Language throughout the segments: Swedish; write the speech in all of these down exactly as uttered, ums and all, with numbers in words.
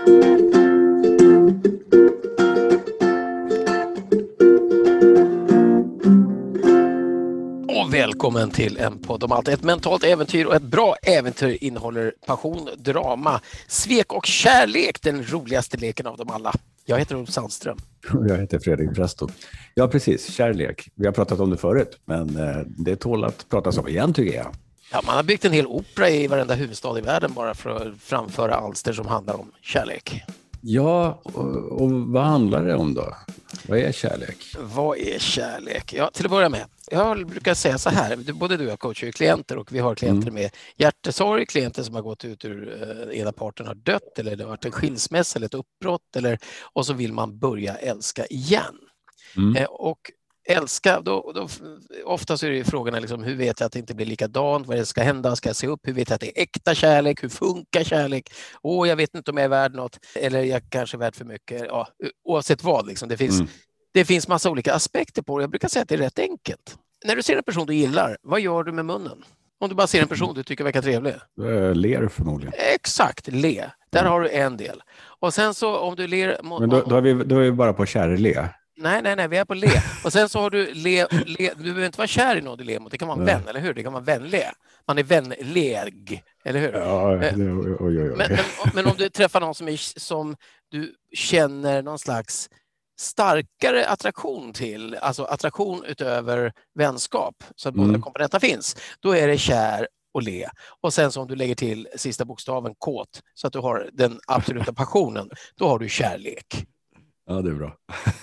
Och välkommen till en podd om allt. Ett mentalt äventyr och ett bra äventyr innehåller passion, drama, svek och kärlek. Den roligaste leken av dem alla. Jag heter Ulf Sandström. Jag heter Fredrik Presto. Ja, precis. Kärlek. Vi har pratat om det förut, men det tål att pratas om igen, tycker jag. Ja, man har byggt en hel opera i varenda huvudstad i världen bara för att framföra alster som handlar om kärlek. Ja, och, och vad handlar det om då? Vad är kärlek? Vad är kärlek? Ja, till att börja med. Jag brukar säga så här, både du och jag coachar ju klienter och vi har klienter mm. med hjärtesorg, klienter som har gått ut ur eh, ena parten har dött eller det har varit en skilsmässa eller ett uppbrott eller, och så vill man börja älska igen. Mm. Eh, och älska, då, då, ofta så är det ju frågorna liksom, hur vet jag att det inte blir likadant, vad det ska hända, ska jag se upp, hur vet jag att det är äkta kärlek, hur funkar kärlek, åh jag vet inte om jag är värd något eller jag kanske är värd för mycket, ja, oavsett vad liksom, det finns, mm. det finns massa olika aspekter på det. Jag brukar säga att det är rätt enkelt. När du ser en person du gillar, vad gör du med munnen? Om du bara ser en person du tycker verkar trevlig. Äh, ler förmodligen. Exakt, le. Där mm. har du en del. Och sen så om du ler... Men då, då, är, vi, då är vi bara på kärle. Nej, nej, nej, vi är på le. Och sen så har du le, le du behöver inte vara kär i någon du ler mot. Det kan vara en vän, eller hur? Det kan vara vänlig. Man är vänlig, eller hur? Ja, det, oj, oj, oj. Men, men, men om du träffar någon som, är, som du känner någon slags starkare attraktion till, alltså attraktion utöver vänskap, så att båda mm. komponenterna finns, då är det kär och le. Och sen så om du lägger till sista bokstaven kåt, så att du har den absoluta passionen, då har du kärlek. Ja, det är bra.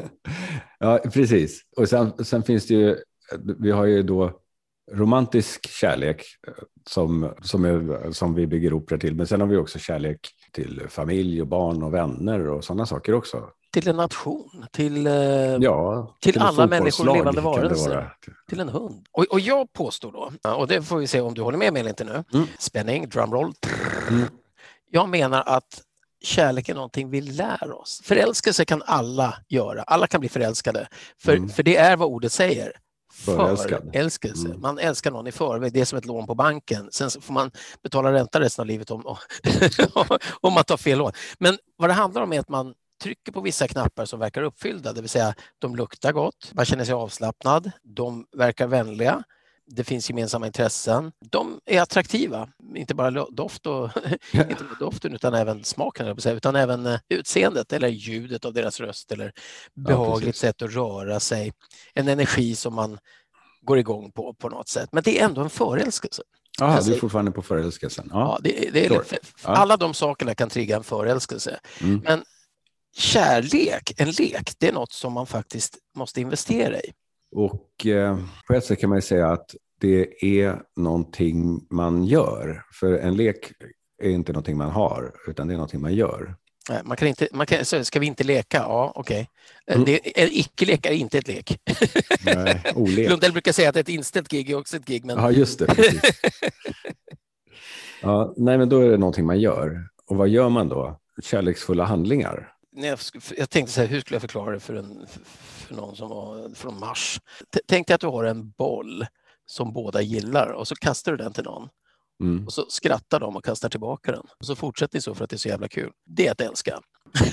Ja, precis. Och sen, sen finns det ju, vi har ju då romantisk kärlek som, som, är, som vi bygger opera till, men sen har vi också kärlek till familj och barn och vänner och sådana saker också. Till en nation, till, ja, till, till alla människor, levande varelser, till en hund. Och, och jag påstår då, och det får vi se om du håller med mig eller inte nu, mm. spänning, drumroll. Mm. Jag menar att kärlek är någonting vi lär oss. Förälskelse kan alla göra. Alla kan bli förälskade. För, mm. för det är vad ordet säger. Förälskelse. Mm. Man älskar någon i förväg. Det är som ett lån på banken. Sen får man betala ränta resten av livet om, om man tar fel lån. Men vad det handlar om är att man trycker på vissa knappar som verkar uppfyllda. Det vill säga, de luktar gott. Man känner sig avslappnad. De verkar vänliga. Det finns gemensamma intressen. De är attraktiva. Inte bara doft och, inte bara doften utan även smaken, utan även utseendet eller ljudet av deras röst eller behagligt ja, sätt att röra sig. En energi som man går igång på på något sätt. Men det är ändå en förälskelse. Ja, alltså, du är fortfarande på förälskelsen. Ja, ja, det, det är, alla de sakerna kan trigga en förälskelse. Mm. Men kärlek, en lek, det är något som man faktiskt måste investera i. Och eh, på ett sätt kan man ju säga att det är någonting man gör. För en lek är inte någonting man har, utan det är någonting man gör. Nej, man kan inte, man kan, så ska vi inte leka? Ja, okej. Okay. Mm. Det är, icke-lek är inte ett lek. Nej, olek. Lundell brukar säga att ett inställt gig är också ett gig. Men... Ja, just det. Precis. Ja, nej, men då är det någonting man gör. Och vad gör man då? Kärleksfulla handlingar. Jag, jag tänkte så här, hur skulle jag förklara det för, en, för någon som var från Mars? T- Tänk dig att du har en boll som båda gillar och så kastar du den till någon. Mm. Och så skrattar de och kastar tillbaka den. Och så fortsätter det så för att det är så jävla kul. Det är att älska.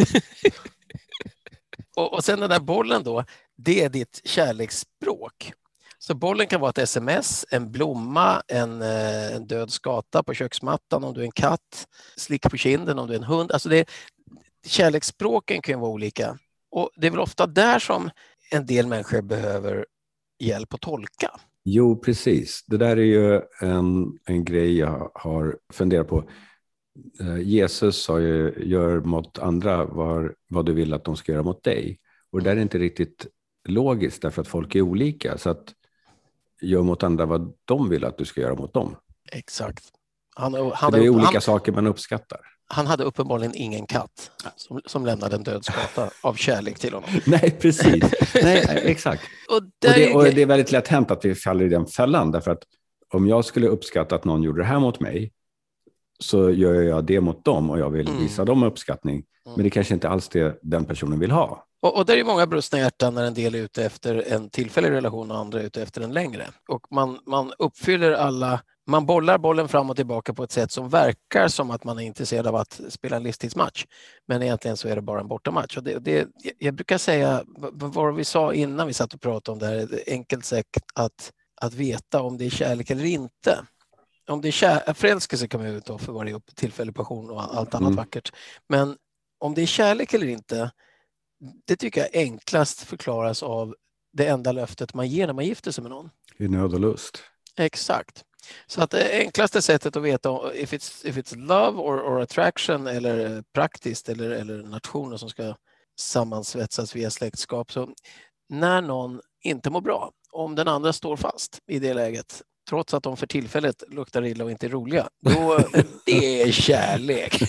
och, och sen den där bollen då, det är ditt kärleksspråk. Så bollen kan vara ett sms, en blomma, en, en död skata på köksmattan om du är en katt, slick på kinden om du är en hund. Alltså det, kärleksspråken kan ju vara olika. Och det är väl ofta där som en del människor behöver hjälp att tolka. Jo, precis. Det där är ju en, en grej jag har funderat på. Jesus sa ju, gör mot andra vad, vad du vill att de ska göra mot dig. Och det där är inte riktigt logiskt därför att folk är olika. Så att gör mot andra vad de vill att du ska göra mot dem. Exakt. Han, han, det är olika han, saker man uppskattar. Han hade uppenbarligen ingen katt som, som lämnade en död skata av kärlek till honom. Nej, precis. Nej, exakt. och, och, det, och det är väldigt lätt hänt att vi faller i den fällan. Därför att om jag skulle uppskatta att någon gjorde det här mot mig, så gör jag det mot dem och jag vill Mm. visa dem uppskattning. Mm. Men det kanske inte alls det den personen vill ha. Och, och det är ju många brustna hjärtan när en del är ute efter en tillfällig relation och andra är ute efter en längre. Och man, man uppfyller alla, man bollar bollen fram och tillbaka på ett sätt som verkar som att man är intresserad av att spela en livstidsmatch. Men egentligen så är det bara en bortamatch. Och det, det, jag brukar säga, vad vi sa innan vi satt och pratade om det här, ett enkelt sätt att, att veta om det är kärlek eller inte. Om det är kär, förälskelse kan man ju ta för varje upp tillfällig passion och allt annat mm. vackert. Men om det är kärlek eller inte, det tycker jag enklast förklaras av det enda löftet man ger när man gifter sig med någon. I nöd och lust. Exakt. Så att det enklaste sättet att veta if it's, if it's love or, or attraction eller praktiskt eller, eller nationer som ska sammansvetsas via släktskap. Så när någon inte mår bra, om den andra står fast i det läget, trots att de för tillfället luktar illa och inte är roliga, då det är kärlek.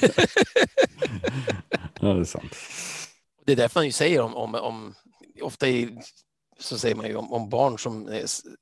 Ja, det är sant. Det är därför man ju säger om, om, om ofta i, så säger man ju om, om barn som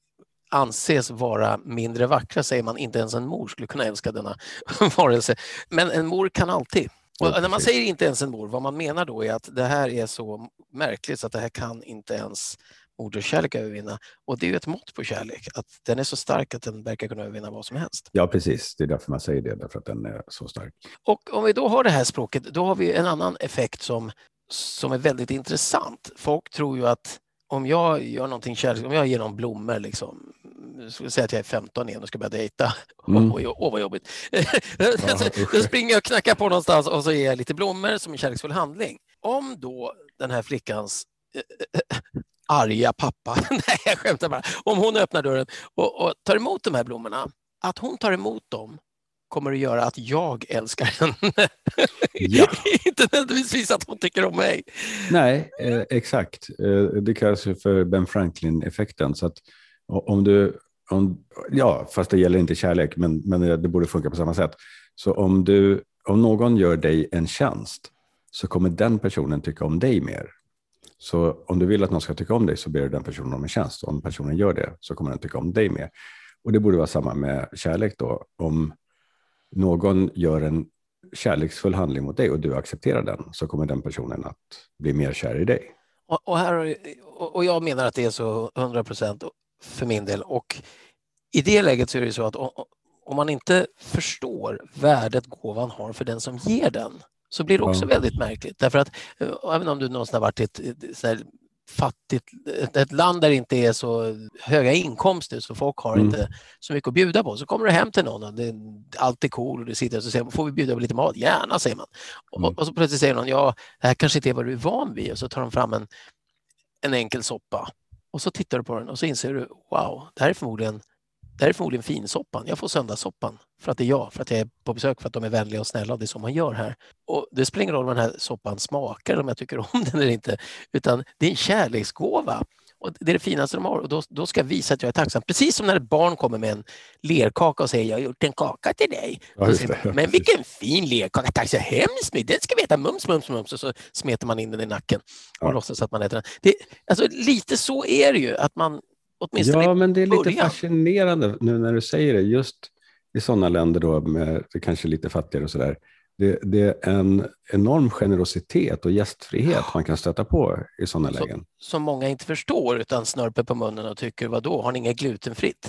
anses vara mindre vackra, säger man inte ens en mor skulle kunna älska denna varelse. Men en mor kan alltid. Och ja, när man säger inte ens en mor, vad man menar då är att det här är så märkligt så att det här kan inte ens moderskärlek övervinna. Och det är ju ett mått på kärlek, att den är så stark att den verkar kunna övervinna vad som helst. Ja, precis. Det är därför man säger det, därför att den är så stark. Och om vi då har det här språket, då har vi en annan effekt som, som är väldigt intressant. Folk tror ju att om jag gör någonting kärlek, om jag ger någon blommor liksom, skulle säga att jag är femton igen och ska börja dejta. Mm. Åh, oh, oh, vad jobbigt. Ja, då springer jag och knackar på någonstans och så ger jag lite blommor som en kärleksfull handling. Om då den här flickans äh, arga pappa, nej jag skämtar bara, om hon öppnar dörren och, och tar emot de här blommorna, att hon tar emot dem kommer att göra att jag älskar henne. Ja. Inte nödvändigtvis att hon tycker om mig. Nej, eh, exakt. Eh, det kallas för Ben Franklin-effekten. Så att om du, om, ja, fast det gäller inte kärlek, men, men det borde funka på samma sätt. Så om, du, om någon gör dig en tjänst så kommer den personen tycka om dig mer. Så om du vill att någon ska tycka om dig så ber du den personen om en tjänst. Om personen gör det så kommer den tycka om dig mer. Och det borde vara samma med kärlek då. Om någon gör en kärleksfull handling mot dig och du accepterar den så kommer den personen att bli mer kär i dig. Och, och, här, och jag menar att det är så hundra procent för min del. Och i det läget så är det så att om man inte förstår värdet gåvan har för den som ger den så blir det också ja. väldigt märkligt. Därför att även om du någonsin har varit i ett, ett, ett fattigt, ett, ett land där det inte är så höga inkomster så folk har mm. inte så mycket att bjuda på, så kommer du hem till någon och det, allt är cool och du sitter och så säger, får vi bjuda på lite mat? Gärna, säger man. Mm. Och, och så plötsligt säger någon, ja, det här kanske inte är vad du är van vid, och så tar de fram en, en enkel soppa och så tittar du på den och så inser du, wow, det här är förmodligen Det här är förmodligen finsoppan. Jag får söndagssoppan för att det är jag, för att jag är på besök, för att de är vänliga och snälla och det är som man gör här. Och det spelar ingen roll vad den här soppan smakar, om jag tycker om den eller inte, utan det är en kärleksgåva. Och det är det finaste de har, och då, då ska jag visa att jag är tacksam. Precis som när ett barn kommer med en lerkaka och säger, jag har gjort en kaka till dig. Ja, säger man, men vilken fin lerkaka, tack så hemskt mycket. Den ska vi äta, mums, mums, mums. Och så smeter man in den i nacken och ja. låtsas att man äter den. Det, alltså, lite så är det ju, att man ja, men det är lite början. fascinerande nu när du säger det. Just i sådana länder då med kanske lite fattigare och sådär. Det, det är en enorm generositet och gästfrihet man kan stöta på i sådana så, lägen. Som många inte förstår utan snörper på munnen och tycker, vad då? Har ni inget glutenfritt?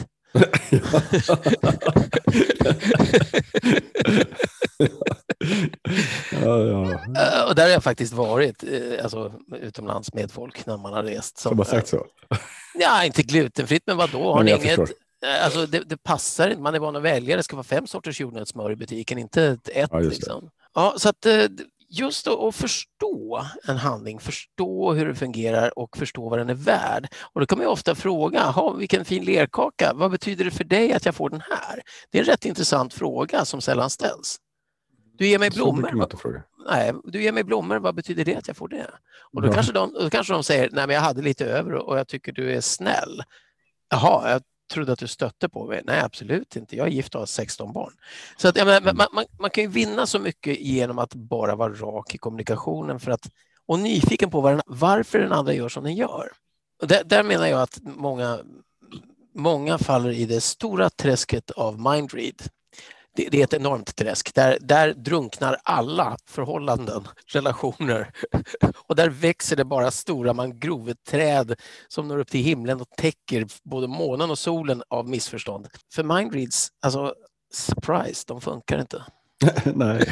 ja, ja. Och där har jag faktiskt varit alltså, utomlands med folk när man har rest. Som, har man sagt så? Ja, inte glutenfritt, men vad då? Har ni inget? Alltså, det, det passar inte. Man är van att välja. Det ska vara fem sorters jordnötssmör i butiken, inte ett. Ja, liksom. Ja, så att just att förstå en handling, förstå hur det fungerar och förstå vad den är värd. Och då kan man ju ofta fråga, vilken fin lerkaka, vad betyder det för dig att jag får den här? Det är en rätt intressant fråga som sällan ställs. Du ger mig blommor. Nej, du ger mig blommor, vad betyder det att jag får det? Och då, ja. kanske, de, då kanske de säger, nej men jag hade lite över och jag tycker du är snäll. Jaha, jag trodde att du stötte på mig. Nej, absolut inte. Jag är gift och har sexton barn. Så att, ja, men, man, man, man kan ju vinna så mycket genom att bara vara rak i kommunikationen för att, och nyfiken på var, varför den andra gör som den gör. Och där, där menar jag att många, många faller i det stora träsket av mindread. det, det är ett enormt träsk. Där, där drunknar alla förhållanden, relationer. Och där växer det bara stora mangroveträd som når upp till himlen och täcker både månen och solen av missförstånd. För mindreads, alltså surprise, de funkar inte. Nej.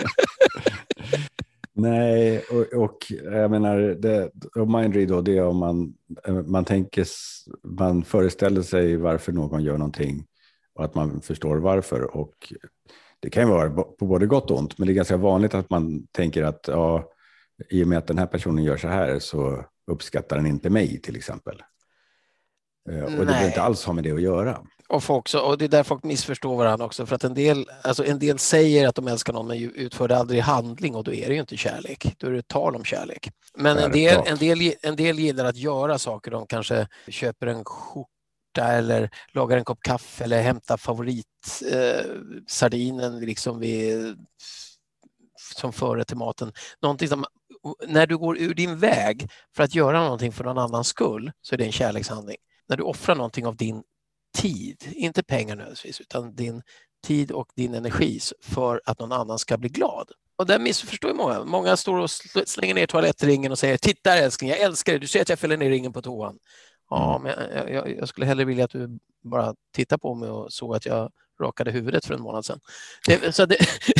Nej, och, och jag menar, det, och mindread då, det är om man, man tänker, man föreställer sig varför någon gör någonting och att man förstår varför, och det kan ju vara på både gott och ont, men det är ganska vanligt att man tänker att ja, i och med att den här personen gör så här så uppskattar den inte mig till exempel. Och det behöver inte alls ha med det att göra. Och, folk, och det är där folk missförstår varandra också, för att en del, alltså en del säger att de älskar någon men utför det aldrig i handling, och då är det ju inte kärlek, då är det tal om kärlek. Men en del, en, del, en del gillar att göra saker, de kanske köper en skjorta eller lagar en kopp kaffe eller hämtar favoritsardinen eh, liksom vid, som före till maten. Någonting som, när du går ur din väg för att göra någonting för någon annans skull, så är det en kärlekshandling. När du offrar någonting av din tid, inte pengar nödvändigtvis, utan din tid och din energi för att någon annan ska bli glad. Och där missförstår ju många. Många står och slänger ner toalettringen och säger: titta älskling, jag älskar dig, du ser att jag fäller ner ringen på toan. Ja, men jag, jag, jag skulle hellre vilja att du bara tittar på mig och såg att jag rakade huvudet för en månad sedan. Det, så det...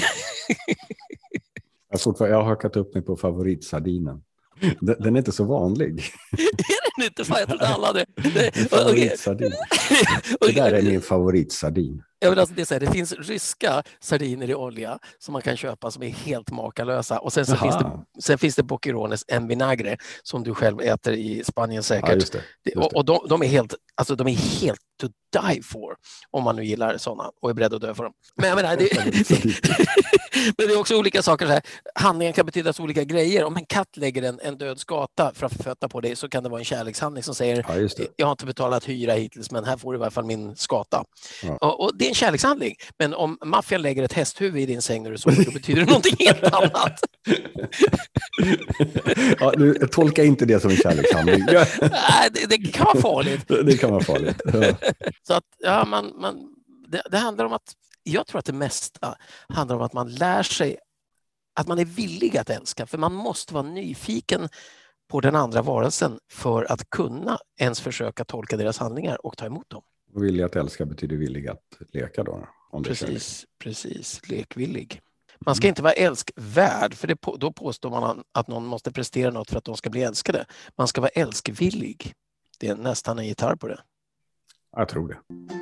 jag, jag har hakat upp mig på favoritsardinen. Den, den är inte så vanlig. Är den inte? Fan, jag trodde alla det. Favoritsardin. Det där är min favoritsardin. Jag vill alltså det, säga, det finns ryska sardiner i olja som man kan köpa som är helt makalösa. Och sen, så finns det, sen finns det Boquerones en vinagre som du själv äter i Spanien säkert. Ja, just det, just det. Och, och de, de, är helt, alltså, de är helt to die for om man nu gillar sådana och är beredd att dö för dem. Men jag menar, det, men det är också olika saker. Så här. Handlingen kan betyda så olika grejer. Om en katt lägger en, en död skata framför fötta på dig, så kan det vara en kärlekshandling som säger: ja, jag har inte betalat hyra hittills, men här får du i alla fall min skata. Ja. Och, och det är en kärlekshandling. Men om maffian lägger ett hästhuvud i din säng när du sover, då betyder det någonting helt annat. Ja, nu, tolka inte det som en kärlekshandling. Nej, det, det kan vara farligt. Det kan vara farligt. Ja. Så att, ja, man, man, det, det handlar om att, jag tror att det mesta handlar om att man lär sig att man är villig att älska. För man måste vara nyfiken på den andra varelsen för att kunna ens försöka tolka deras handlingar och ta emot dem. Villig att älska betyder villig att leka då? Om det precis, precis, lekvillig. Man ska inte vara älskvärd, för det, då påstår man att någon måste prestera något för att de ska bli älskade. Man ska vara älskvillig. Det är nästan en gitarr på det. Jag tror det.